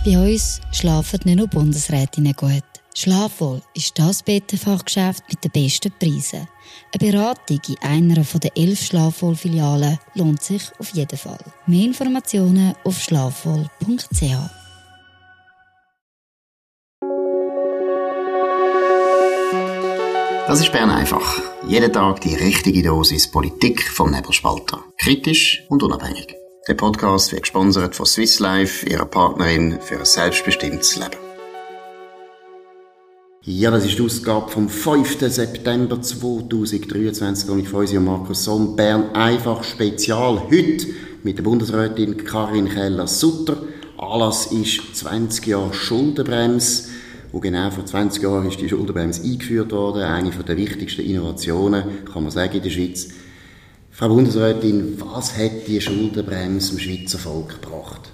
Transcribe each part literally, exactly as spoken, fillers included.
Bei uns schlafen nicht nur Bundesrätinnen gut. Schlafwohl ist das Bettenfachgeschäft mit den besten Preisen. Eine Beratung in einer der elf Schlafwohl-Filialen lohnt sich auf jeden Fall. Mehr Informationen auf schlafwohl punkt c h. Das ist Bern einfach. Jeden Tag die richtige Dosis Politik vom Nebelspalter. Kritisch und unabhängig. Der Podcast wird gesponsert von Swiss Life, ihrer Partnerin für ein selbstbestimmtes Leben. Ja, das ist die Ausgabe vom fünften September zweitausenddreiundzwanzig und ich freue mich, Markus Somm, Bern einfach Spezial. Heute mit der Bundesrätin Karin Keller-Sutter. Anlass ist zwanzig Jahre Schuldenbremse. Und genau vor zwanzig Jahren ist die Schuldenbremse eingeführt worden. Eine der wichtigsten Innovationen, kann man sagen, in der Schweiz. Frau Bundesrätin, was hat die Schuldenbremse dem Schweizer Volk gebracht?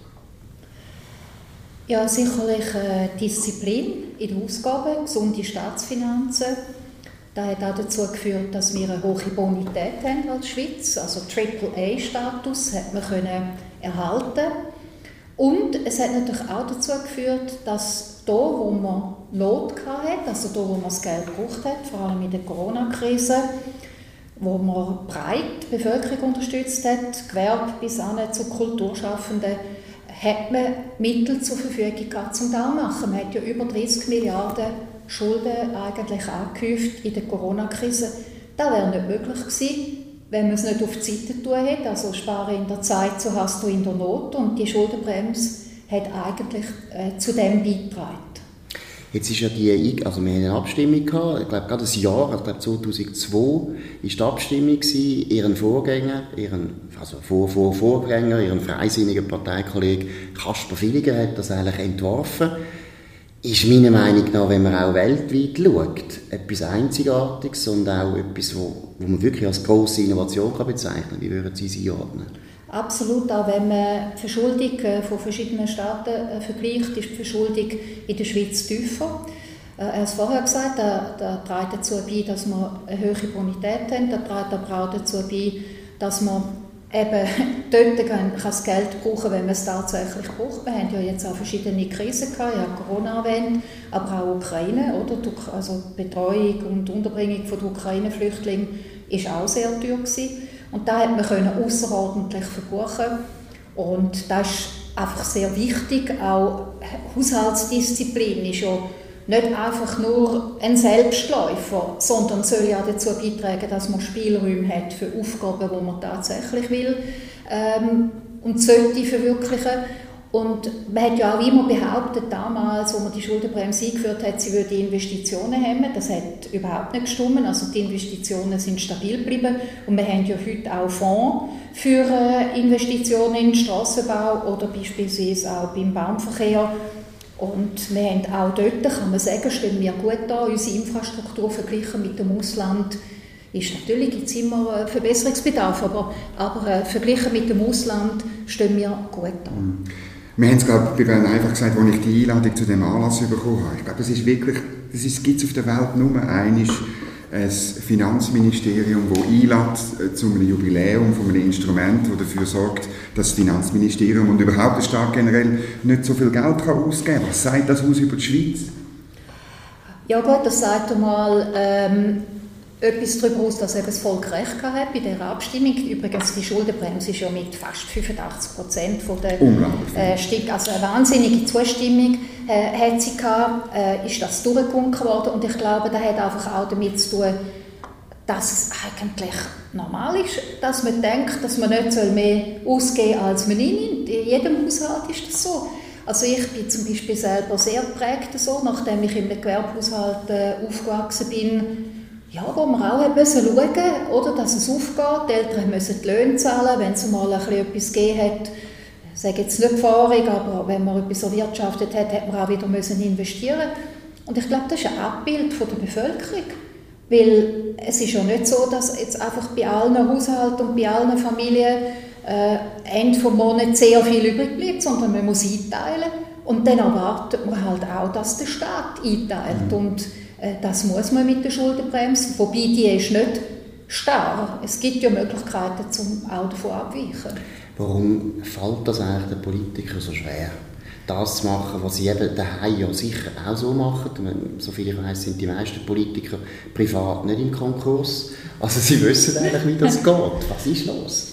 Ja, sicherlich äh, Disziplin in den Ausgaben, gesunde Staatsfinanzen. Das hat auch dazu geführt, dass wir eine hohe Bonität haben als Schweiz. Also Triple A Status hat man können erhalten. Und es hat natürlich auch dazu geführt, dass da, wo man Not hatte, also da, wo man das Geld gebraucht hat, vor allem in der Corona-Krise, wo man breit die Bevölkerung unterstützt hat, Gewerbe bis hin zu Kulturschaffenden, hat man Mittel zur Verfügung gehabt, um das zu machen. Man hat ja über dreißig Milliarden Schulden eigentlich angehäuft in der Corona-Krise. Das wäre nicht möglich gewesen, wenn man es nicht auf die Seite tun hätte. Also spare in der Zeit, so hast du in der Not. Und die Schuldenbremse hat eigentlich äh, zu dem beigetragen. Jetzt ist ja die, also wir hatten eine Abstimmung gehabt, ich glaube gerade ein Jahr, ich glaube zweitausendzwei, war die Abstimmung gewesen, ihren Vorgänger, ihren, also Vor, Vor, Vorgänger, ihren freisinnigen Parteikollegen Kasper Villiger hat das eigentlich entworfen. Ist meiner Meinung nach, wenn man auch weltweit schaut, etwas Einzigartiges und auch etwas, wo, wo man wirklich als grosse Innovation kann bezeichnen kann. Wie würden Sie sie einordnen? Absolut, auch wenn man die Verschuldung von verschiedenen Staaten vergleicht, ist die Verschuldung in der Schweiz tiefer. Er hat es vorher gesagt, das trägt dazu bei, dass wir eine hohe Bonität haben, das trägt aber auch dazu bei, dass man eben dort das Geld brauchen kann, wenn man es tatsächlich braucht. Wir haben ja jetzt auch verschiedene Krisen gehabt, ja Corona erwähnt, aber auch Ukraine, oder? Also die Betreuung und Unterbringung von Ukraine-Flüchtlingen war auch sehr teuer gewesen. Und da hat man können außerordentlich verbuchen. Und das ist einfach sehr wichtig. Auch Haushaltsdisziplin ist ja nicht einfach nur ein Selbstläufer, sondern soll ja dazu beitragen, dass man Spielräume hat für Aufgaben, die man tatsächlich will ähm, und sollte verwirklichen. Und man hat ja auch immer behauptet, damals, als man die Schuldenbremse eingeführt hat, sie würde Investitionen hemmen. Das hat überhaupt nicht gestimmt. Also die Investitionen sind stabil geblieben. Und wir haben ja heute auch Fonds für Investitionen in den Strassenbau oder beispielsweise auch beim Bahnverkehr. Und wir haben auch dort, kann man sagen, stehen wir gut da. Unsere Infrastruktur verglichen mit dem Ausland ist natürlich gibt's immer Verbesserungsbedarf, aber, aber äh, verglichen mit dem Ausland stehen wir gut da. Mhm. Wir haben es, glaube ich, einfach gesagt, als ich die Einladung zu diesem Anlass bekommen habe. Ich glaube, es ist wirklich, es gibt auf der Welt nur eines, ein Finanzministerium, das einlädt zu einem Jubiläum von einem Instrument, das dafür sorgt, dass das Finanzministerium und überhaupt der Staat generell nicht so viel Geld kann ausgeben kann. Was sagt das aus über die Schweiz? Ja gut, das sagt einmal ähm, etwas darüber aus, dass eben das Volk recht hat bei dieser Abstimmung. Übrigens, die Schuldenbremse ist ja mit fast fünfundachtzig Prozent von der äh, Stieg, also eine wahnsinnige Zustimmung äh, hat sie gehabt, äh, ist das durchgewunken worden. Und ich glaube, das hat einfach auch damit zu tun, dass es eigentlich normal ist, dass man denkt, dass man nicht mehr ausgeben soll, als man einnimmt. In jedem Haushalt ist das so. Also ich bin zum Beispiel selber sehr geprägt so, nachdem ich in einem Gewerbehaushalt äh, aufgewachsen bin, ja, wo man auch müssen schauen musste, oder, dass es aufgeht. Die Eltern müssen die Löhne zahlen, wenn es mal ein bisschen etwas gegeben hat. Ich sage jetzt nicht fahrig, aber wenn man etwas erwirtschaftet hat, hat man auch wieder müssen investieren. Und ich glaube, das ist ein Abbild von der Bevölkerung. Weil es ist ja nicht so, dass jetzt einfach bei allen Haushalten und bei allen Familien äh, Ende des Monats sehr viel übrig bleibt, sondern man muss einteilen. Und dann erwartet man halt auch, dass der Staat einteilt. Mhm. Und äh, das muss man mit der Schuldenbremse, wobei die ist nicht starr. Es gibt ja Möglichkeiten, um auch davon abweichen. Warum fällt das eigentlich den Politikern so schwer, das zu machen, was sie eben daheim ja sicher auch so machen. Soviel ich weiss, sind die meisten Politiker privat nicht im Konkurs. Also sie wissen eigentlich, wie das geht. Was ist los?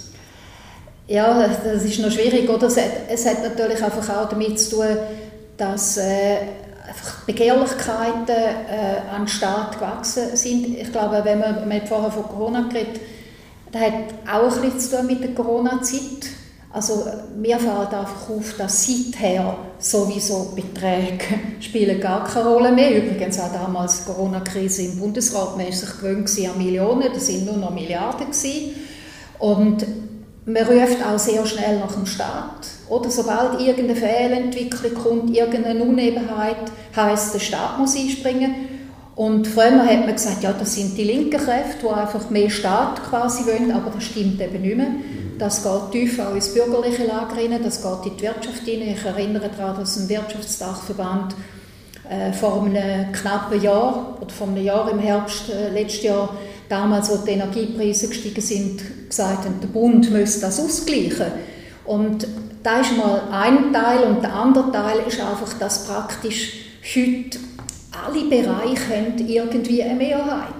Ja, das ist noch schwierig. Oder? Es, hat, es hat natürlich einfach auch damit zu tun, dass äh, einfach Begehrlichkeiten äh, an den Staat gewachsen sind. Ich glaube, wenn man, man hat vorher von Corona geredet, das hat auch ein bisschen zu tun mit der Corona-Zeit. Also mir fällt einfach auf, dass seither sowieso Beträge spielen gar keine Rolle mehr. Übrigens auch damals die Corona-Krise im Bundesrat, man war sich gewöhnt an Millionen, das waren nur noch Milliarden gewesen. Und man ruft auch sehr schnell nach dem Staat. Oder sobald irgendeine Fehlentwicklung kommt, irgendeine Unebenheit, heisst, der Staat muss einspringen. Und früher hat man gesagt, ja, das sind die linken Kräfte, die einfach mehr Staat quasi wollen, aber das stimmt eben nicht mehr. Das geht tief auch ins bürgerliche Lager rein, das geht in die Wirtschaft rein. Ich erinnere daran, dass ein Wirtschaftsdachverband äh, vor einem knappen Jahr oder vor einem Jahr im Herbst äh, letztes Jahr, damals, als die Energiepreise gestiegen sind, gesagt haben, der Bund müsse das ausgleichen. Und das ist mal ein Teil. Und der andere Teil ist einfach, dass praktisch heute alle Bereiche haben irgendwie eine Mehrheit.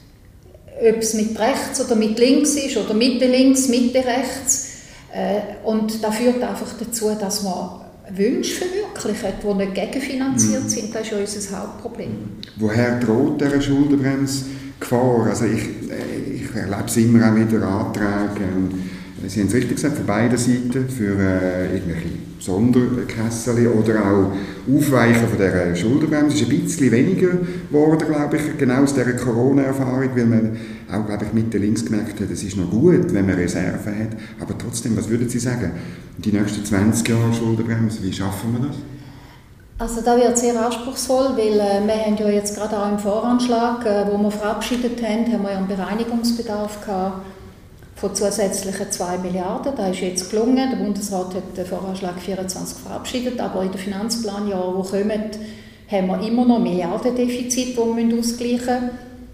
Ob es mit rechts oder mit links ist, oder Mitte links, Mitte rechts. Und das führt einfach dazu, dass man Wünsche verwirklichen, die nicht gegenfinanziert sind. Das ist ja unser Hauptproblem. Woher droht diese Schuldenbremse Gefahr? Also ich, ich erlebe es immer auch wieder Anträge. Sie haben es richtig gesagt, von beiden Seiten, für äh, irgendwelche Sonderkessel oder auch Aufweichen von dieser Schuldenbremse. Es ist ein bisschen weniger geworden, glaube ich, genau aus dieser Corona-Erfahrung, weil man auch, glaube ich, Mitte links gemerkt hat, es ist noch gut, wenn man Reserven hat. Aber trotzdem, was würden Sie sagen, die nächsten zwanzig Jahre Schuldenbremse, wie schaffen wir das? Also da wird sehr anspruchsvoll, weil äh, wir haben ja jetzt gerade auch im Voranschlag, äh, wo wir verabschiedet haben, haben wir ja einen Bereinigungsbedarf gehabt von zusätzlichen zwei Milliarden. Das ist jetzt gelungen. Der Bundesrat hat den Voranschlag vierundzwanzig verabschiedet, aber in den Finanzplanjahren, die kommen, haben wir immer noch Milliardendefizit, das wir ausgleichen müssen.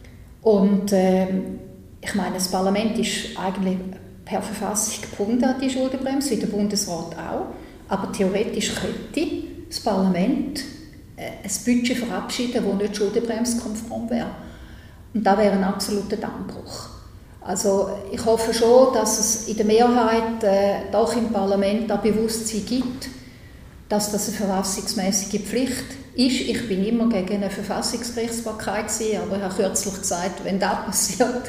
Und äh, ich meine, das Parlament ist eigentlich per Verfassung gebunden an die Schuldenbremse, wie der Bundesrat auch. Aber theoretisch könnte das Parlament ein Budget verabschieden, das nicht schuldenbremskonform wäre. Und das wäre ein absoluter Dammbruch. Also ich hoffe schon, dass es in der Mehrheit äh, doch im Parlament ein Bewusstsein gibt, dass das eine verfassungsmäßige Pflicht ist. Ich bin immer gegen eine Verfassungsgerichtsbarkeit gewesen, aber ich habe kürzlich gesagt, wenn das passiert,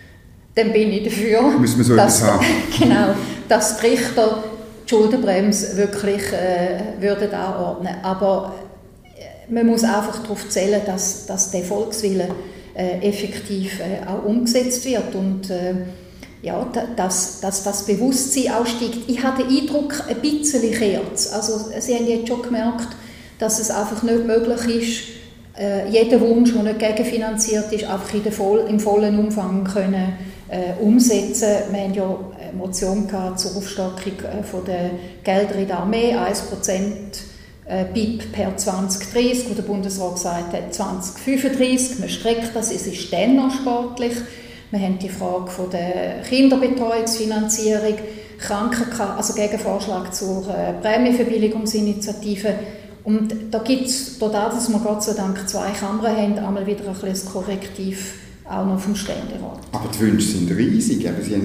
dann bin ich dafür, müssen wir so dass, etwas haben. genau, dass die Richter die Schuldenbremse wirklich äh, würden anordnen. Aber äh, man muss einfach darauf zählen, dass, dass der Volkswille äh, effektiv äh, auch umgesetzt wird und äh, ja, dass, dass das Bewusstsein auch steigt. Ich habe den Eindruck, ein bisschen kehrt. Also Sie haben jetzt schon gemerkt, dass es einfach nicht möglich ist, äh, jeden Wunsch, der nicht gegenfinanziert ist, einfach in der Voll, im vollen Umfang können, äh, umsetzen. Wir haben ja eine Motion gehabt zur Aufstockung äh, von der Gelder in der Armee, ein Prozent äh, B I P per zwanzig dreißig, wo der Bundesrat gesagt hat, zwanzig fünfunddreißig, man streckt das, es ist dann noch sportlich. Wir haben die Frage von der Kinderbetreuungsfinanzierung, Krankenkasse, also Gegenvorschlag zur äh, Prämienverbilligungsinitiative. Und da gibt es, dadurch, dass wir Gott sei Dank zwei Kammern haben, einmal wieder ein bisschen das Korrektiv auch noch vom Ständerat. Aber die Wünsche sind riesig.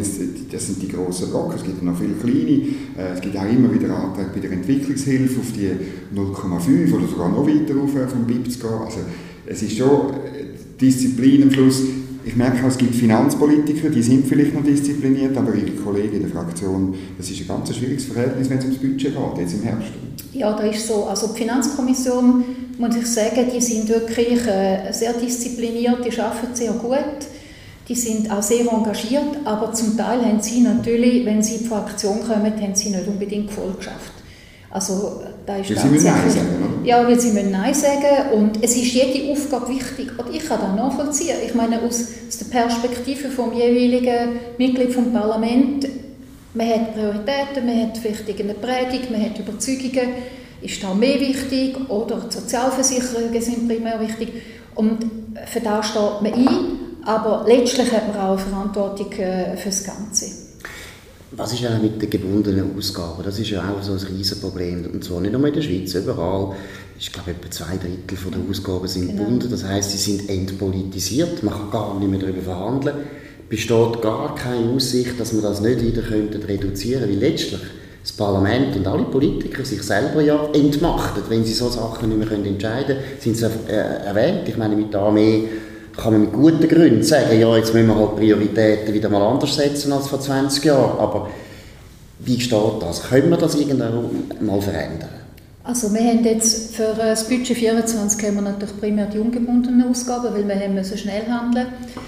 Das sind die grossen Brocken. Es gibt noch viele kleine. Es gibt auch immer wieder Anträge bei der Entwicklungshilfe auf die null Komma fünf oder sogar noch weiter rauf vom B I P zu gehen. Also es ist schon Disziplin am Schluss. Ich merke auch, es gibt Finanzpolitiker, die sind vielleicht noch diszipliniert, aber Ihre Kollegen in der Fraktion, das ist ein ganz schwieriges Verhältnis, wenn es ums Budget geht, jetzt im Herbst. Ja, das ist so. Also die Finanzkommission, muss ich sagen, die sind wirklich äh, sehr diszipliniert, die arbeiten sehr gut, die sind auch sehr engagiert, aber zum Teil haben sie natürlich, wenn sie in die Fraktion kommen, haben sie nicht unbedingt voll geschafft. Also, da ist weil sie müssen Nein sagen, oder? Ja, weil sie müssen Nein sagen und es ist jede Aufgabe wichtig. Und ich kann das nachvollziehen. Ich meine, aus, aus der Perspektive des jeweiligen Mitglied des Parlaments, man hat Prioritäten, man hat vielleicht eine Predigt, man hat Überzeugungen, ist die Armee wichtig oder die Sozialversicherungen sind primär wichtig. Und für das steht man ein, aber letztlich hat man auch eine Verantwortung für das Ganze. Was ist eigentlich mit den gebundenen Ausgaben? Das ist ja auch so ein Riesenproblem. Und zwar nicht nur in der Schweiz, überall. Ich glaube, etwa zwei Drittel der Ausgaben sind genau. gebunden. Das heisst, sie sind entpolitisiert. Man kann gar nicht mehr darüber verhandeln. Besteht gar keine Aussicht, dass wir das nicht wieder reduzieren könnten. Weil letztlich das Parlament und alle Politiker sich selber ja entmachten, wenn sie solche Sachen nicht mehr entscheiden können. Sind sie äh, erwähnt? Ich meine, mit der Armee kann man mit guten Gründen sagen, ja, jetzt müssen wir halt Prioritäten wieder mal anders setzen als vor zwanzig Jahren. Aber wie steht das? Können wir das irgendwann mal verändern? Also wir haben jetzt für das Budget vierundzwanzig haben wir natürlich primär die ungebundenen Ausgaben, weil wir haben müssen schnell handeln.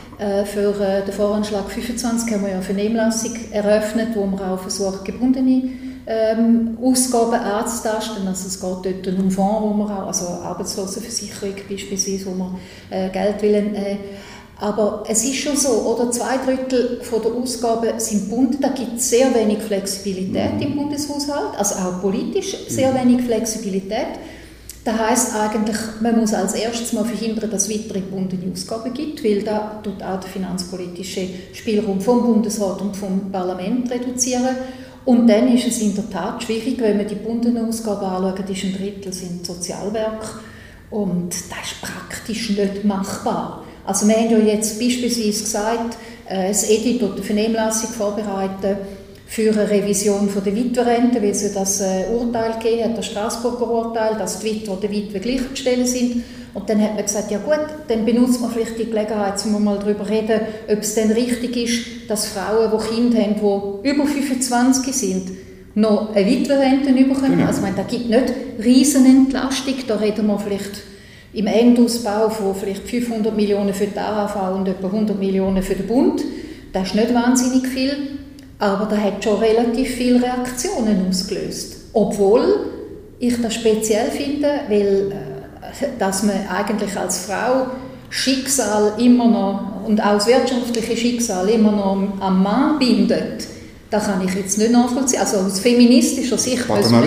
Für den Voranschlag fünfundzwanzig haben wir ja eine Vernehmlassung eröffnet, wo wir auch versuchen, gebundene ähm, Ausgaben anzutasten. Also es geht dort um Fonds, wo wir auch, also Arbeitslosenversicherung beispielsweise, wo wir äh, Geld wollen. Äh, aber es ist schon so, oder zwei Drittel von der Ausgaben sind gebunden. Da gibt es sehr wenig Flexibilität im Bundeshaushalt, also auch politisch sehr wenig Flexibilität. Das heisst eigentlich, man muss als erstes mal verhindern, dass es weitere gebundene Ausgaben gibt, weil da tut auch der finanzpolitische Spielraum vom Bundesrat und vom Parlament reduzieren. Und dann ist es in der Tat schwierig, wenn man die gebundenen Ausgaben anschaut, ist ein Drittel sind Sozialwerke und das ist praktisch nicht machbar. Also wir haben ja jetzt beispielsweise gesagt, das Edit oder die Vernehmlassung vorbereiten für eine Revision von der Witwerrente, weil es ja das äh, Urteil gegeben hat, das Straßburger Urteil, dass die Witwer der Witwe gleichgestellt sind. Und dann hat man gesagt, ja gut, dann benutzt man vielleicht die Gelegenheit, um mal darüber zu reden, ob es denn richtig ist, dass Frauen, die Kinder haben, die über fünfundzwanzig sind, noch eine Witwerrente bekommen. Genau. Also ich meine, da gibt nicht Riesenentlastung, da reden wir vielleicht im Endausbau von vielleicht fünfhundert Millionen für die A H V und etwa hundert Millionen für den Bund. Das ist nicht wahnsinnig viel. Aber das hat schon relativ viele Reaktionen ausgelöst. Obwohl ich das speziell finde, weil äh, dass man eigentlich als Frau Schicksal immer noch, und auch das wirtschaftliche Schicksal immer noch am Mann bindet, das kann ich jetzt nicht nachvollziehen. Also aus feministischer Sicht muss man,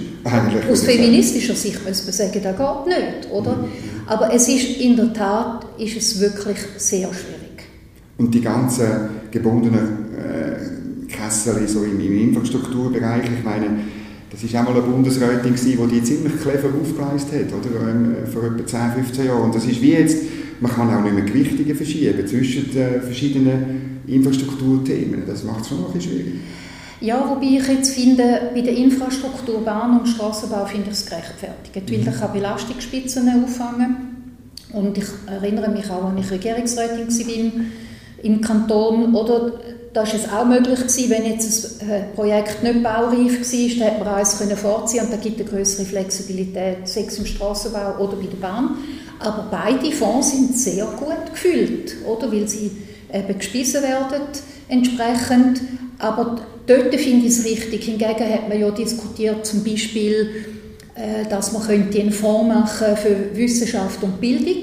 aus feministischer Sicht muss man sagen, das geht nicht, oder? Mhm. Aber es ist in der Tat ist es wirklich sehr schwierig. Und die ganzen gebundenen äh, Kessel so im, im Infrastrukturbereich. Ich meine, das war auch mal eine Bundesrätin, die die ziemlich clever aufgeleistet hat, oder? Ähm, vor etwa zehn, fünfzehn Jahren. Und das ist wie jetzt, man kann auch nicht mehr Gewichtungen verschieben zwischen den verschiedenen Infrastrukturthemen. Das macht es schon noch ein bisschen schwierig. Ja, wobei ich jetzt finde, bei der Infrastruktur, Bahn- und Strassenbau finde ich es gerechtfertigt, weil ich kann Belastungsspitzen auffangen. Und ich erinnere mich auch, als ich Regierungsrätin war im Kanton, oder? Da war es auch möglich gewesen, wenn jetzt ein Projekt nicht baureif war, dann hätte man eins vorziehen und da gibt es eine größere Flexibilität, sei es im Strassenbau oder bei der Bahn. Aber beide Fonds sind sehr gut gefüllt, oder? Weil sie eben gespeisen werden entsprechend. Aber dort finde ich es richtig. Hingegen hat man ja diskutiert, zum Beispiel, dass man könnte einen Fonds machen für Wissenschaft und Bildung.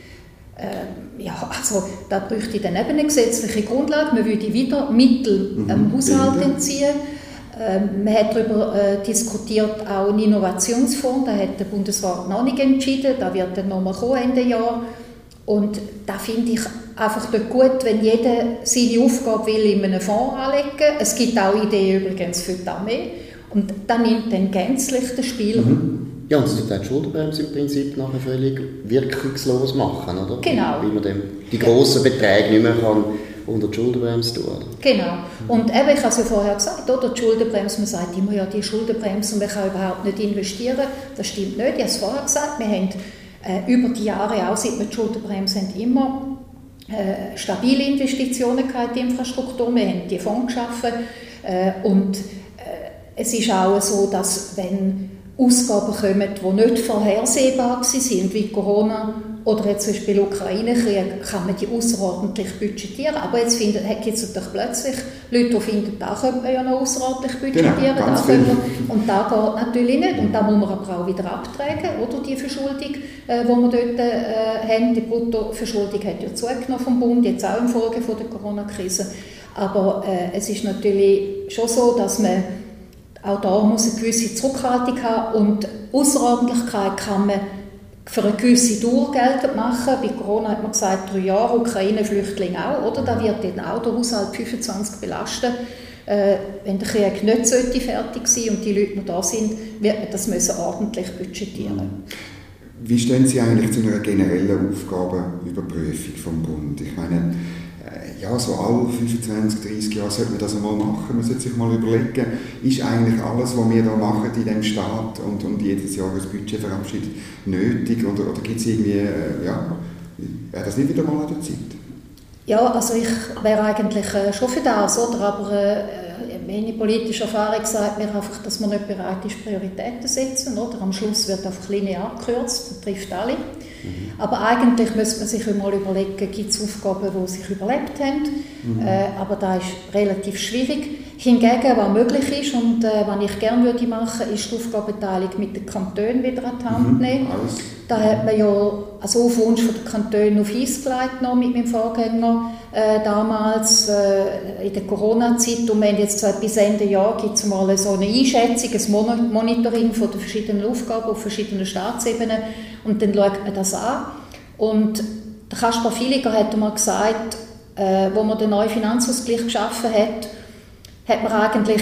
Ja, also da bräuchte dann eben eine gesetzliche Grundlage. Man würde wieder Mittel mhm. am Haushalt entziehen. Ähm, man hat darüber äh, diskutiert, auch einen Innovationsfonds. Da hat der Bundesrat noch nicht entschieden. Da wird dann nochmal kommen Ende Jahr. Und da finde ich einfach dort gut, wenn jeder seine Aufgabe will in einem Fonds anlegen. Es gibt auch Ideen übrigens für die Armee. Und dann nimmt dann gänzlich den Spielraum. Mhm. Ja, und es wird die Schuldenbremse im Prinzip nachher völlig wirkungslos machen, oder? Genau. Weil man dem die grossen Beträge nicht mehr kann unter die Schuldenbremse tun kann. Genau. Und eben, ich habe es ja vorher gesagt, oder? Die Schuldenbremse, man sagt immer, ja, die Schuldenbremse, und man kann überhaupt nicht investieren. Das stimmt nicht. Ich habe es vorher gesagt, wir haben äh, über die Jahre, auch seit wir die Schuldenbremse haben, immer äh, stabile Investitionen gehabt in die Infrastruktur. Wir haben die Fonds geschaffen. Äh, und äh, es ist auch so, dass wenn Ausgaben kommen, die nicht vorhersehbar waren, wie Corona oder jetzt zum Beispiel Ukraine-Krieg, kann man die außerordentlich budgetieren. Aber jetzt gibt es natürlich plötzlich Leute, die finden, da könnte man ja noch außerordentlich budgetieren. Genau, da können wir, und das geht natürlich nicht. Und da muss man aber auch wieder abtragen, oder, die Verschuldung, äh, die wir dort äh, haben. Die Bruttoverschuldung hat ja zugenommen vom Bund, jetzt auch infolge von der Corona-Krise. Aber äh, es ist natürlich schon so, dass man auch da muss eine gewisse Zurückhaltung haben, und Außerordentlichkeit kann man für eine gewisse Dauer geltend machen. Bei Corona hat man gesagt, drei Jahre, Ukraine-Flüchtlinge auch, oder? Da wird dann auch der Haushalt fünfundzwanzig belasten. Äh, wenn der Krieg nicht sollte fertig sein und die Leute noch da sind, wird man das müssen ordentlich budgetieren. Wie stehen Sie eigentlich zu einer generellen Aufgabenüberprüfung vom Bund? Ich meine, äh, ja, so alle fünfundzwanzig, dreissig Jahre sollte man das einmal machen. Man sollte sich mal überlegen, ist eigentlich alles, was wir da machen in diesem Staat und, und jedes Jahr ein Budget verabschiedet, nötig? Oder, oder gibt es irgendwie, äh, ja, wäre das nicht wieder mal an der Zeit? Ja, also ich wäre eigentlich äh, schon für das, oder? Aber äh, meine politische Erfahrung sagt mir einfach, dass man nicht bereit ist, Prioritäten zu setzen. Oder? Am Schluss wird einfach linear gekürzt, das trifft alle. Mhm. Aber eigentlich müsste man sich mal überlegen, gibt es Aufgaben, die sich überlebt haben. Mhm. Äh, aber das ist relativ schwierig. Hingegen, was möglich ist und äh, was ich gerne würde machen, ist die Aufgabenteilung mit den Kantonen wieder an die Hand nehmen. Mhm. Da hat man ja also auf Wunsch von den Kantonen auf Eis gelegt noch mit meinem Vorgänger äh, damals äh, in der Corona-Zeit. Und wir haben jetzt bis Ende Jahr gibt es mal so eine Einschätzung, ein Monitoring von den verschiedenen Aufgaben auf verschiedenen Staatsebenen und dann schaut man das an. Und der Kaspar Villiger hat mal gesagt, äh, wo man den neuen Finanzausgleich geschaffen hat, hat man eigentlich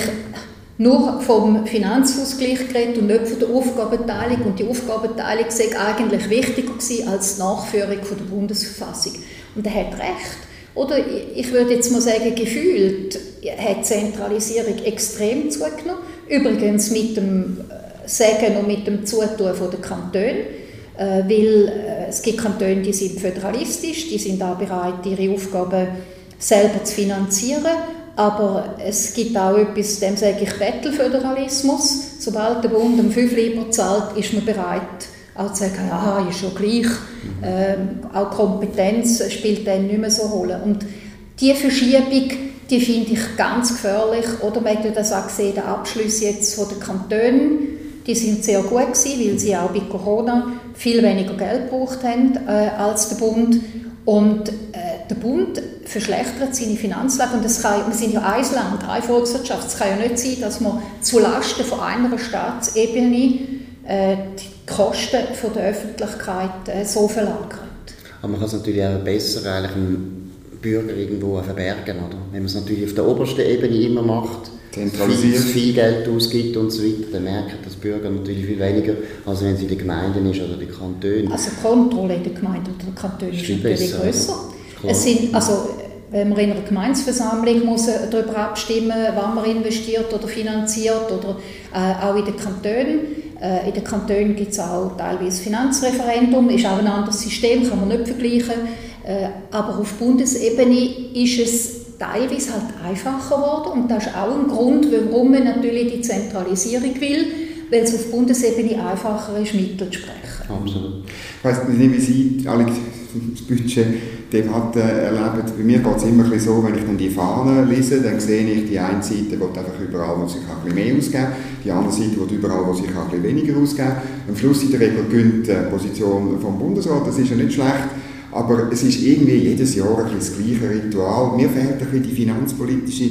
nur vom Finanzausgleich geredet und nicht von der Aufgabenteilung. Und die Aufgabenteilung sei eigentlich wichtiger gewesen als die Nachführung von der Bundesverfassung. Und er hat recht. Oder ich würde jetzt mal sagen, gefühlt hat die Zentralisierung extrem zugenommen. Übrigens mit dem Sagen und mit dem Zutun von den Kantonen. Äh, weil äh, es gibt Kantone, die sind föderalistisch, die sind auch bereit, ihre Aufgaben selber zu finanzieren. Aber es gibt auch etwas, dem sage ich Bettelföderalismus. Sobald der Bund um fünf Lieber zahlt, ist man bereit, auch zu sagen, ja, ist schon gleich. Ähm, auch Kompetenz spielt dann nicht mehr so eine Rolle. Und diese Verschiebung, die finde ich ganz gefährlich. Oder man hat ja das auch gesehen, der Abschluss jetzt von den Kantonen, die sind sehr gut gewesen, weil sie auch bei Corona viel weniger Geld gebraucht haben äh, als der Bund. Und äh, der Bund verschlechtert seine Finanzlage. Und das kann, wir sind ja ein Land, eine Volkswirtschaft. Es kann ja nicht sein, dass man zulasten von einer Staatsebene äh, die Kosten von der Öffentlichkeit äh, so verlagert. Aber man kann es natürlich auch besser eigentlich dem Bürger irgendwo verbergen, oder? Wenn man es natürlich auf der obersten Ebene immer macht, viel, viel Geld ausgibt und so weiter, dann merken das Bürger natürlich viel weniger, als wenn es in den Gemeinden ist oder den Kantonen. Also die Kontrolle in den Gemeinden oder den Kantonen ist natürlich grösser. Es sind, also, wenn man in einer Gemeindeversammlung muss darüber abstimmen, wann man investiert oder finanziert, oder äh, auch in den Kantonen. Äh, in den Kantonen gibt es auch teilweise Finanzreferendum, ist auch ein anderes System, kann man nicht vergleichen. Äh, aber auf Bundesebene ist es teilweise halt einfacher geworden und das ist auch ein Grund, warum man natürlich die Zentralisierung will, weil es auf Bundesebene einfacher ist, Mittel zu sprechen. Absolut. Ich weiss nicht, wie Sie alle das Budget-Debatte erleben. Bei mir geht es immer ein bisschen so, wenn ich dann die Fahnen lese, dann sehe ich, die eine Seite will einfach überall, wo sich ein bisschen mehr ausgeben, die andere Seite will überall, wo sich ein bisschen weniger ausgeben. Am Schluss in der Regel gewinnt die Position vom Bundesrat, das ist ja nicht schlecht. Aber es ist irgendwie jedes Jahr ein bisschen das gleiche Ritual. Mir fehlt ein bisschen die finanzpolitische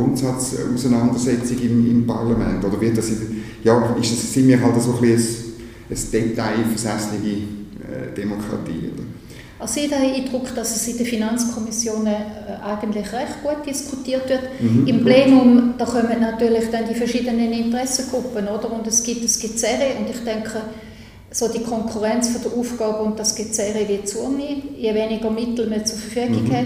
Grundsatzauseinandersetzung im, im Parlament. Oder wird das, ja, ist das, sind wir halt so ein bisschen ein, ein detailversessene äh, Demokratie? Oder? Also ich habe den Eindruck, dass es in den Finanzkommissionen äh, eigentlich recht gut diskutiert wird. Mhm. Im Plenum, da kommen natürlich dann die verschiedenen Interessengruppen, oder? Und es gibt das Gezerre und ich denke, so die Konkurrenz von der Aufgabe und das Gezerre wird zunehmen, je weniger Mittel man zur Verfügung mhm. hat.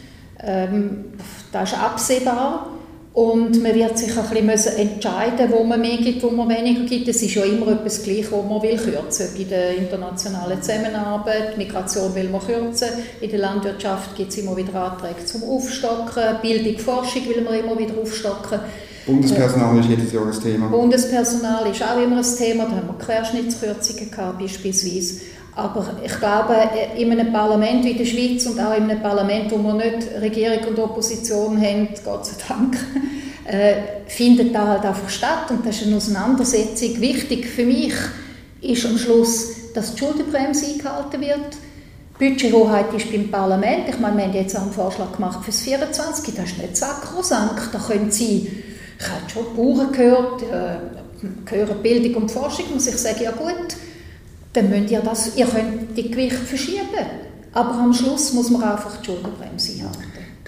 Ähm, das ist absehbar. Und man wird sich ein bisschen entscheiden, wo man mehr gibt, wo man weniger gibt. Es ist ja immer etwas gleich, wo man will kürzen. Bei der internationalen Zusammenarbeit, Migration will man kürzen. In der Landwirtschaft gibt es immer wieder Anträge zum Aufstocken. Bildung, Forschung will man immer wieder aufstocken. Bundespersonal ist jedes Jahr ein Thema. Bundespersonal ist auch immer ein Thema. Da haben wir Querschnittskürzungen gehabt, beispielsweise. Aber ich glaube, in einem Parlament wie der Schweiz und auch in einem Parlament, wo wir nicht Regierung und Opposition haben, Gott sei Dank, äh, findet da halt einfach statt. Und das ist eine Auseinandersetzung. Wichtig für mich ist am Schluss, dass die Schuldenbremse eingehalten wird. Die Budgethoheit ist beim Parlament. Ich meine, wir haben jetzt auch einen Vorschlag gemacht für das vierundzwanzig. Das ist nicht sakrosankt. Da können Sie, ich habe schon Bauern gehört, äh, hören Bildung und Forschung, muss ich sagen, ja gut, dann müsst ihr das, ihr könnt die Gewichte verschieben. Aber am Schluss muss man einfach die Schuldenbremse einhalten.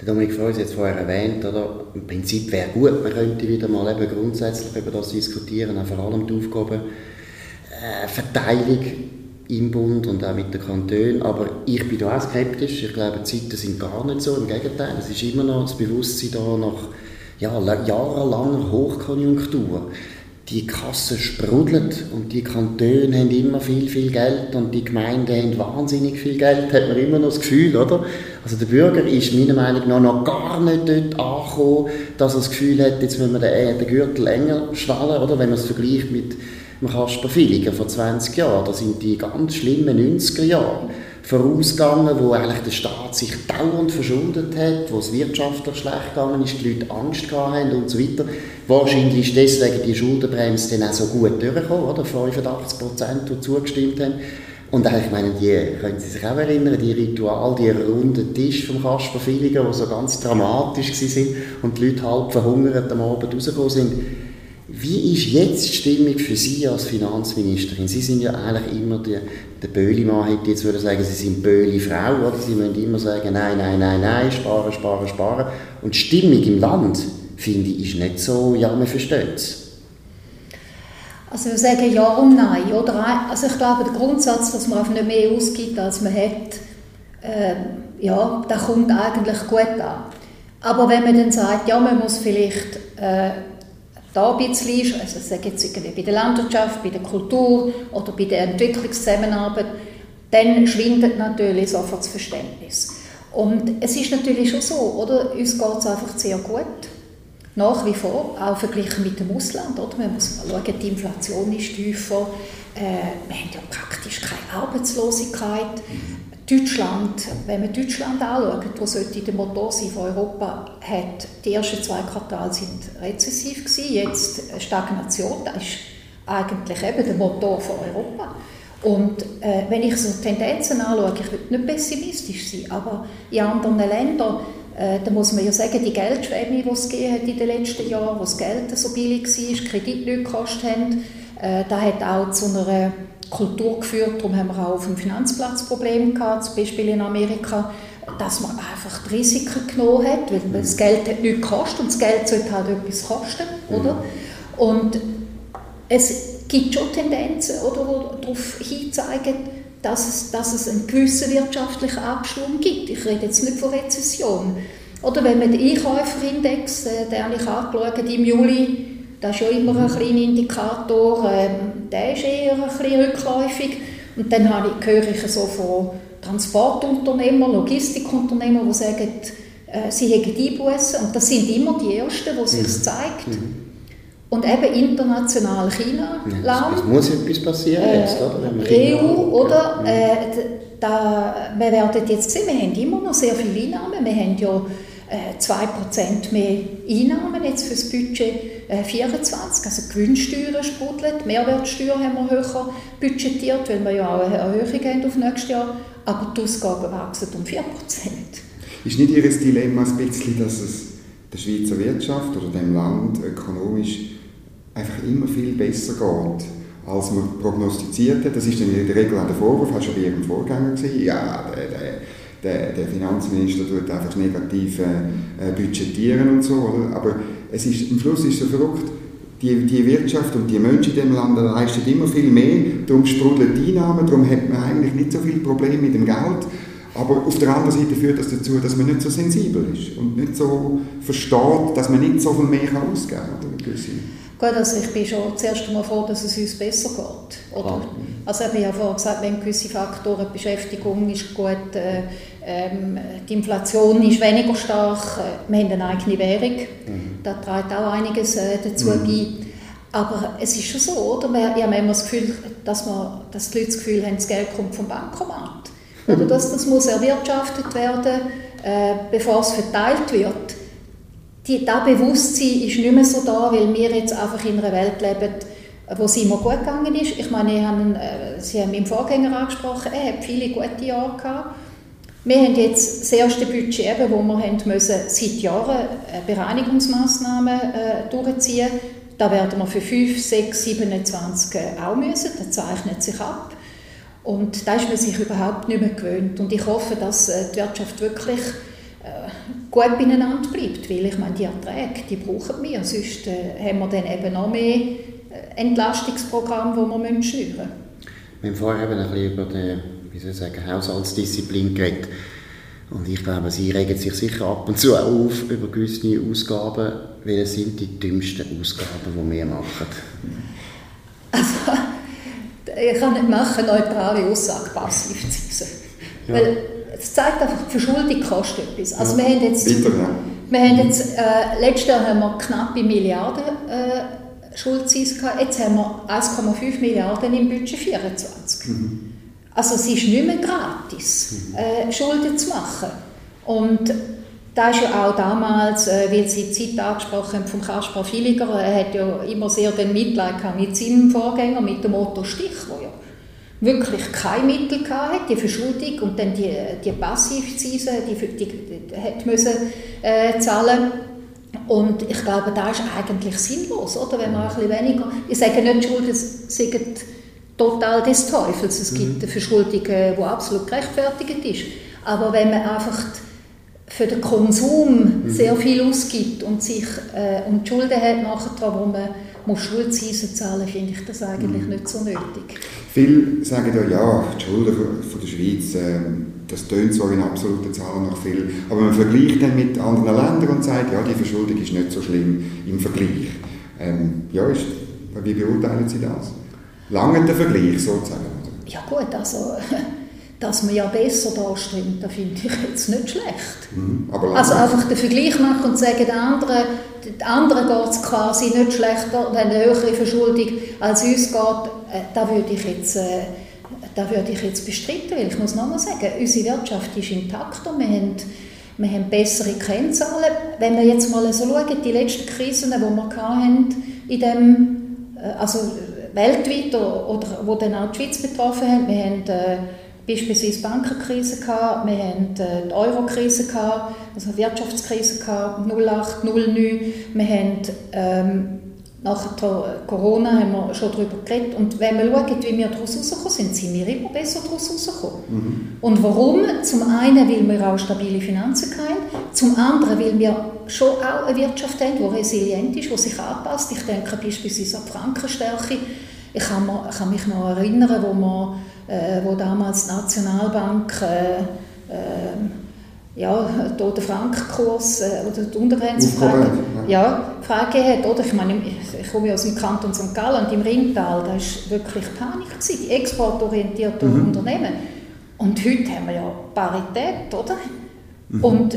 Der Dominik Freuss hat es vorher erwähnt, oder? Im Prinzip wäre gut, man könnte wieder mal eben grundsätzlich über das diskutieren, auch vor allem die Aufgabenverteilung äh, im Bund und auch mit den Kantonen. Aber ich bin da auch skeptisch. Ich glaube, die Zeiten sind gar nicht so. Im Gegenteil, es ist immer noch das Bewusstsein da nach ja, jahrelanger Hochkonjunktur. Die Kasse sprudelt und die Kantone haben immer viel, viel Geld und die Gemeinden haben wahnsinnig viel Geld, hat man immer noch das Gefühl, oder? Also der Bürger ist meiner Meinung nach noch gar nicht dort angekommen, dass er das Gefühl hat, jetzt müssen wir den, den Gürtel enger schnallen, oder? Wenn man es vergleicht mit dem Kasper Villiger vor zwanzig Jahren, da sind die ganz schlimmen neunziger Jahre vorausgegangen, wo eigentlich der Staat sich dauernd verschuldet hat, wo es wirtschaftlich schlecht gegangen ist, die Leute Angst gehabt haben und so weiter. Wahrscheinlich ist deswegen die Schuldenbremse dann auch so gut durchgekommen, oder? fünfundachtzig Prozent, die zugestimmt haben. Und eigentlich meinen die, können Sie sich auch erinnern, die Ritual, die runden Tisch vom Kasper Villiger, die so ganz dramatisch waren und die Leute halb verhungert am Abend rausgekommen sind. Wie ist jetzt die Stimmung für Sie als Finanzministerin? Sie sind ja eigentlich immer der, der Böhli-Mann, hätte jetzt würde sagen, Sie sind Böhli-Frau, oder? Sie müssen immer sagen, nein, nein, nein, nein, sparen, sparen, sparen. Und die Stimmung im Land, finde ich, ist nicht so, ja, man versteht es. Also wir sagen ja und nein, oder? Also ich glaube, der Grundsatz, dass man einfach nicht mehr ausgibt, als man hat, äh, ja, der kommt eigentlich gut an. Aber wenn man dann sagt, ja, man muss vielleicht äh, da ein bisschen, also ich sage jetzt bei der Landwirtschaft, bei der Kultur oder bei der Entwicklungszusammenarbeit, dann schwindet natürlich sofort das Verständnis. Und es ist natürlich schon so, oder? Uns geht es einfach sehr gut. Nach wie vor, auch verglichen mit dem Ausland. Oder? Man muss mal schauen, die Inflation ist tiefer, äh, wir haben ja praktisch keine Arbeitslosigkeit. Deutschland, wenn man Deutschland anschaut, wo sollte der Motor sein von Europa, hat die ersten zwei Quartale sind rezessiv gewesen, jetzt Stagnation, das ist eigentlich eben der Motor von Europa. Und äh, wenn ich so Tendenzen anschaue, ich will nicht pessimistisch sein, aber in anderen Ländern, äh, da muss man ja sagen, die Geldschwemme, die es gegeben hat in den letzten Jahren, wo das Geld so billig war, Kredit nicht gekostet haben, äh, das hat auch zu einer Kultur geführt, darum haben wir auch auf dem Finanzplatz Probleme gehabt, zum Beispiel in Amerika, dass man einfach die Risiken genommen hat, weil das Geld hat nichts gekostet und das Geld sollte halt etwas kosten, oder? Und es gibt schon Tendenzen, oder, die darauf hinzeigen, dass es, dass es einen gewissen wirtschaftlichen Abschwung gibt. Ich rede jetzt nicht von Rezession. Oder wenn man den Einkäuferindex, äh, den habe ich angeschaut im Juli, das ist ja immer ein kleiner Indikator, ähm, der ist eher ein bisschen rückläufig. Und dann habe ich, höre ich so von Transportunternehmern, Logistikunternehmern, die sagen, äh, sie hätten Einbussen. Und das sind immer die Ersten, die es sich mhm. zeigt. Mhm. Und eben international China, ja, Land. Es muss etwas passieren äh, jetzt, oder? Wenn wir E U, oder? Ja. Äh, da, wir werden jetzt sehen, wir haben immer noch sehr viele Einnahmen. Wir haben ja äh, zwei Prozent mehr Einnahmen jetzt für das Budget äh, vierundzwanzig. Also die Gewinnsteuer sprudelt, Mehrwertsteuer haben wir höher budgetiert, weil wir ja auch eine Erhöhung haben auf nächstes Jahr. Aber die Ausgaben wachsen um vier Prozent. Ist nicht Ihr Dilemma ein bisschen, dass es der Schweizer Wirtschaft oder dem Land ökonomisch einfach immer viel besser geht, als man prognostiziert hat? Das ist dann in der Regel auch der Vorwurf, das war schon bei Ihrem Vorgänger gewesen. Ja, der, der, der, der Finanzminister tut einfach negativ äh, budgetieren und so, oder? Aber es ist, am Schluss ist es so verrückt, die, die Wirtschaft und die Menschen in diesem Land leisten immer viel mehr, darum sprudeln die Einnahmen, darum hat man eigentlich nicht so viele Probleme mit dem Geld. Aber auf der anderen Seite führt das dazu, dass man nicht so sensibel ist und nicht so versteht, dass man nicht so viel mehr ausgeben kann. Gut, also ich bin schon zuerst einmal froh, dass es uns besser geht. Oder? Ah. Also ich habe ja vorher gesagt, wenn gewisse Faktoren, die Beschäftigung ist gut, äh, ähm, die Inflation ist weniger stark, äh, wir haben eine eigene Währung, mhm. da trägt auch einiges äh, dazu mhm. bei. Aber es ist schon so, oder? Wir, ich habe immer das Gefühl, dass, man, dass die Leute das Gefühl haben, das Geld kommt vom Bankomat. Mhm. Oder das, das muss erwirtschaftet werden, äh, bevor es verteilt wird. Die, das Bewusstsein ist nicht mehr so da, weil wir jetzt einfach in einer Welt leben, wo es immer gut gegangen ist. Ich meine, ich habe, äh, Sie haben meinen Vorgänger angesprochen, er hat viele gute Jahre gehabt. Wir haben jetzt das erste Budget, eben, wo wir haben müssen, seit Jahren Bereinigungsmaßnahmen äh, durchziehen. Da werden wir für fünf, sechs, siebenundzwanzig auch müssen. Das zeichnet sich ab. Und da ist man sich überhaupt nicht mehr gewöhnt. Und ich hoffe, dass äh, die Wirtschaft wirklich gut beieinander bleibt. Weil ich meine, die Erträge, die brauchen wir. Sonst äh, haben wir dann eben noch mehr Entlastungsprogramme, die wir schnüren müssen. Wir haben vorher eben ein bisschen über die, wie soll ich sagen, Haushaltsdisziplin geredet. Und ich glaube, Sie regen sich sicher ab und zu auch auf über gewisse Ausgaben. Welche sind die dümmsten Ausgaben, die wir machen? Also, ich kann nicht machen, neutrale Aussage passiv zu sein. Ja. Weil es zeigt einfach, die Verschuldung kostet etwas. Also ja. wir haben jetzt, Bitte, ja. wir haben jetzt äh, letztes Jahr haben wir knappe Milliarden äh, Schuldzins gehabt. Jetzt haben wir eins Komma fünf Milliarden im Budget vierundzwanzig. Mhm. Also es ist nicht mehr gratis, äh, Schulden zu machen. Und das ist ja auch damals, äh, weil Sie die Zeit angesprochen haben, von Kaspar Villiger, er hat ja immer sehr den Mitleid gehabt mit seinem Vorgänger, mit dem Otto Stich, der ja wirklich keine Mittel hatte, die Verschuldung und dann die, die Passivzinsen, die, die, die hat müssen äh, zahlen. Und ich glaube, das ist eigentlich sinnlos, oder? Wenn man ein bisschen weniger, ich sage nicht, Schulden sind total des Teufels. Es gibt eine Verschuldung, die absolut gerechtfertigt ist. Aber wenn man einfach für den Konsum sehr viel ausgibt und sich äh, um die Schulden hat, nachher, wo man muss Schuldzinsen zahlen, finde ich das eigentlich nicht so nötig. Viele sagen ja, ja, die Schulden von der Schweiz, äh, das tönt zwar in absoluten Zahlen noch viel, aber man vergleicht dann mit anderen Ländern und sagt, ja, die Verschuldung ist nicht so schlimm im Vergleich. Ähm, ja, ist, wie beurteilen Sie das? Lange der Vergleich sozusagen? Ja gut, also dass man ja besser dastehen, das finde ich jetzt nicht schlecht. Mhm, aber also einfach den Vergleich machen und sagen, den anderen, den anderen geht es quasi nicht schlechter und haben eine höhere Verschuldung als uns geht, äh, da würde ich jetzt, äh, da würde ich jetzt bestreiten, weil ich muss nochmal sagen, unsere Wirtschaft ist intakter, wir haben, wir haben bessere Kennzahlen. Wenn wir jetzt mal so schauen, die letzten Krisen, die wir hatten, in dem, äh, also weltweit oder, oder wo dann auch die Schweiz betroffen haben, wir haben äh, beispielsweise die Bankenkrise gehabt, wir haben äh, die Euro-Krise gehabt, also die Wirtschaftskrise gehabt, null acht, null neun, wir haben ähm, nach Corona haben wir schon darüber geredet und wenn wir schauen, wie wir daraus rausgekommen sind, sind wir immer besser daraus rausgekommen. Mhm. Und warum? Zum einen, weil wir auch stabile Finanzen haben, zum anderen, weil wir schon auch eine Wirtschaft haben, die resilient ist, die sich anpasst. Ich denke beispielsweise an die Frankenstärke. Ich kann, mir, ich kann mich noch erinnern, wo, wir, äh, wo damals die Nationalbank äh, äh, ja, den Frankenkurs äh, oder die Untergrenzfrage ja, Frage hat. Oder? Ich, meine, ich, ich komme ja aus dem Kanton Sankt Gallen und im Ringtal, da war wirklich Panik gewesen, die exportorientierten mhm. Unternehmen. Und heute haben wir ja Parität, oder? Mhm. Und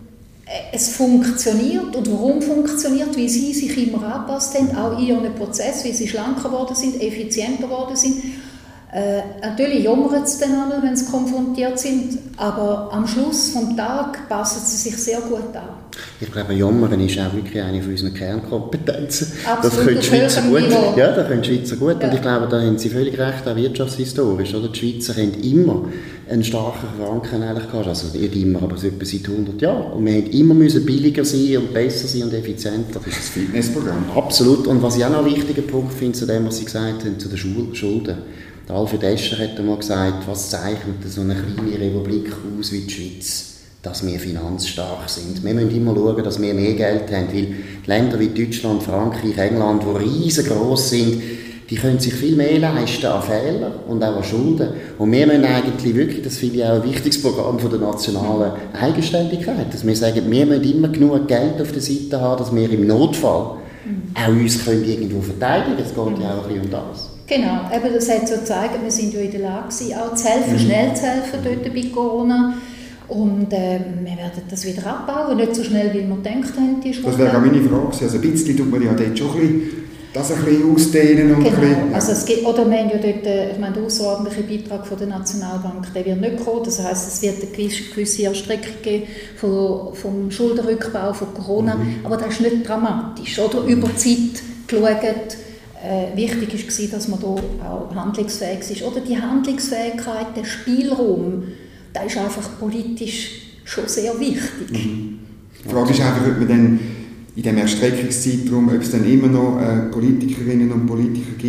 es funktioniert. Und warum funktioniert? Weil sie sich immer angepasst haben, auch in ihren Prozess, wie sie schlanker geworden sind, effizienter geworden sind. Äh, natürlich jammern sie dann einmal, wenn sie konfrontiert sind, aber am Schluss des Tages passen sie sich sehr gut an. Ich glaube, Jammern ist auch wirklich eine von unseren Kernkompetenzen. Absolut, das können die Schweizer gut. Niveau. Ja, das können die Schweizer gut. Ja. Und ich glaube, da haben Sie völlig recht, auch wirtschaftshistorisch. Oder? Die Schweizer haben immer einen starken Franken eigentlich gehabt. Also nicht immer, aber so etwa seit hundert Jahren. Und wir haben immer müssen billiger sein und besser sein und effizienter. Das ist das Fitnessprogramm. Absolut. Und was ich auch noch einen wichtigen Punkt finde, zu dem, was Sie gesagt haben, zu den Schulden. Der Alfred Escher hat einmal gesagt, was zeichnet so eine kleine Republik aus wie die Schweiz? Dass wir finanzstark sind. Wir müssen immer schauen, dass wir mehr Geld haben, weil Länder wie Deutschland, Frankreich, England, die riesengroß sind, die können sich viel mehr leisten an Fehlern und auch an Schulden. Und wir müssen eigentlich wirklich, das finde ich auch ein wichtiges Programm von der nationalen Eigenständigkeit, dass wir sagen, wir müssen immer genug Geld auf der Seite haben, dass wir im Notfall auch uns können irgendwo verteidigen können. Es geht ja auch ein bisschen um das. Genau, eben das hat so gezeigt, wir sind ja in der Lage gewesen, auch zu helfen, mhm. schnell zu helfen dort bei Corona. Und äh, wir werden das wieder abbauen, nicht so schnell, wie wir gedacht haben. Die das wäre auch meine Frage. Also ein bisschen tut man ja dort schon ein bisschen, das ein bisschen ausdehnen. Und genau, ein bisschen, ja. also es gibt, oder wir haben ja dort, ich meine, der außerordentliche Beitrag von der Nationalbank, der wird nicht kommen. Das heisst, es wird eine gewisse Erstreckung geben vom, vom Schuldenrückbau von Corona. Mhm. Aber das ist nicht dramatisch. Oder über die Zeit geschaut. Äh, wichtig war, dass man da auch handlungsfähig ist. Oder die Handlungsfähigkeit, der Spielraum, das ist einfach politisch schon sehr wichtig. Mhm. Die Frage ist einfach, ob man dann in diesem Erstreckungszeitraum, ob es dann immer noch äh, Politikerinnen und Politiker gibt,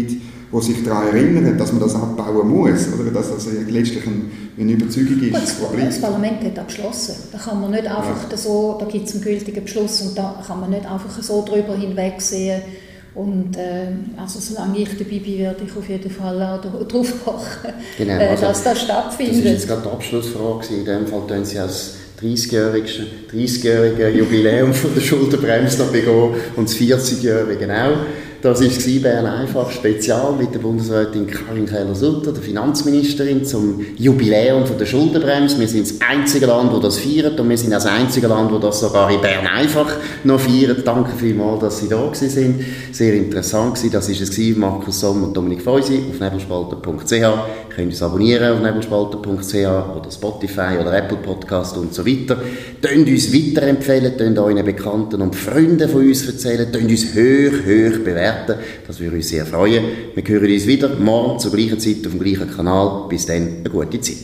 die sich daran erinnern, dass man das abbauen muss, oder dass das letztlich eine, eine Überzeugung ist. Das, das Parlament hat das beschlossen. Da kann man nicht einfach ja. so, da gibt es einen gültigen Beschluss und da kann man nicht einfach so drüber hinwegsehen. Und äh, also solange ich dabei bin, werde ich auf jeden Fall auch darauf pochen, genau, also, dass das stattfindet. Das war jetzt gerade die Abschlussfrage. In dem Fall tun Sie als dreißigjährige Jubiläum von der Schuldenbremse noch begehen und das vierzigjährige auch. Das war Bern einfach Spezial mit der Bundesrätin Karin Keller-Sutter, der Finanzministerin, zum Jubiläum von der Schuldenbremse. Wir sind das einzige Land, das das feiert, und wir sind das einzige Land, das das sogar in Bern einfach noch feiert. Danke vielmals, dass Sie da waren. Sehr interessant war. Das war es, Markus Somm und Dominik Feusi auf nebelspalter punkt c h. Ihr könnt uns abonnieren auf nebelspalter punkt c h oder Spotify oder Apple Podcast und so weiter. Tönt uns weiterempfehlen, tönt euren Bekannten und Freunden von uns erzählen, tönt uns hoch, hoch bewerten. Das würde uns sehr freuen. Wir hören uns wieder morgen zur gleichen Zeit auf dem gleichen Kanal. Bis dann, eine gute Zeit.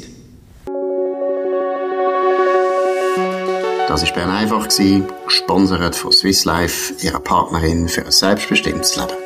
Das war Bern einfach, gesponsert von Swiss Life, ihrer Partnerin für ein selbstbestimmtes Leben.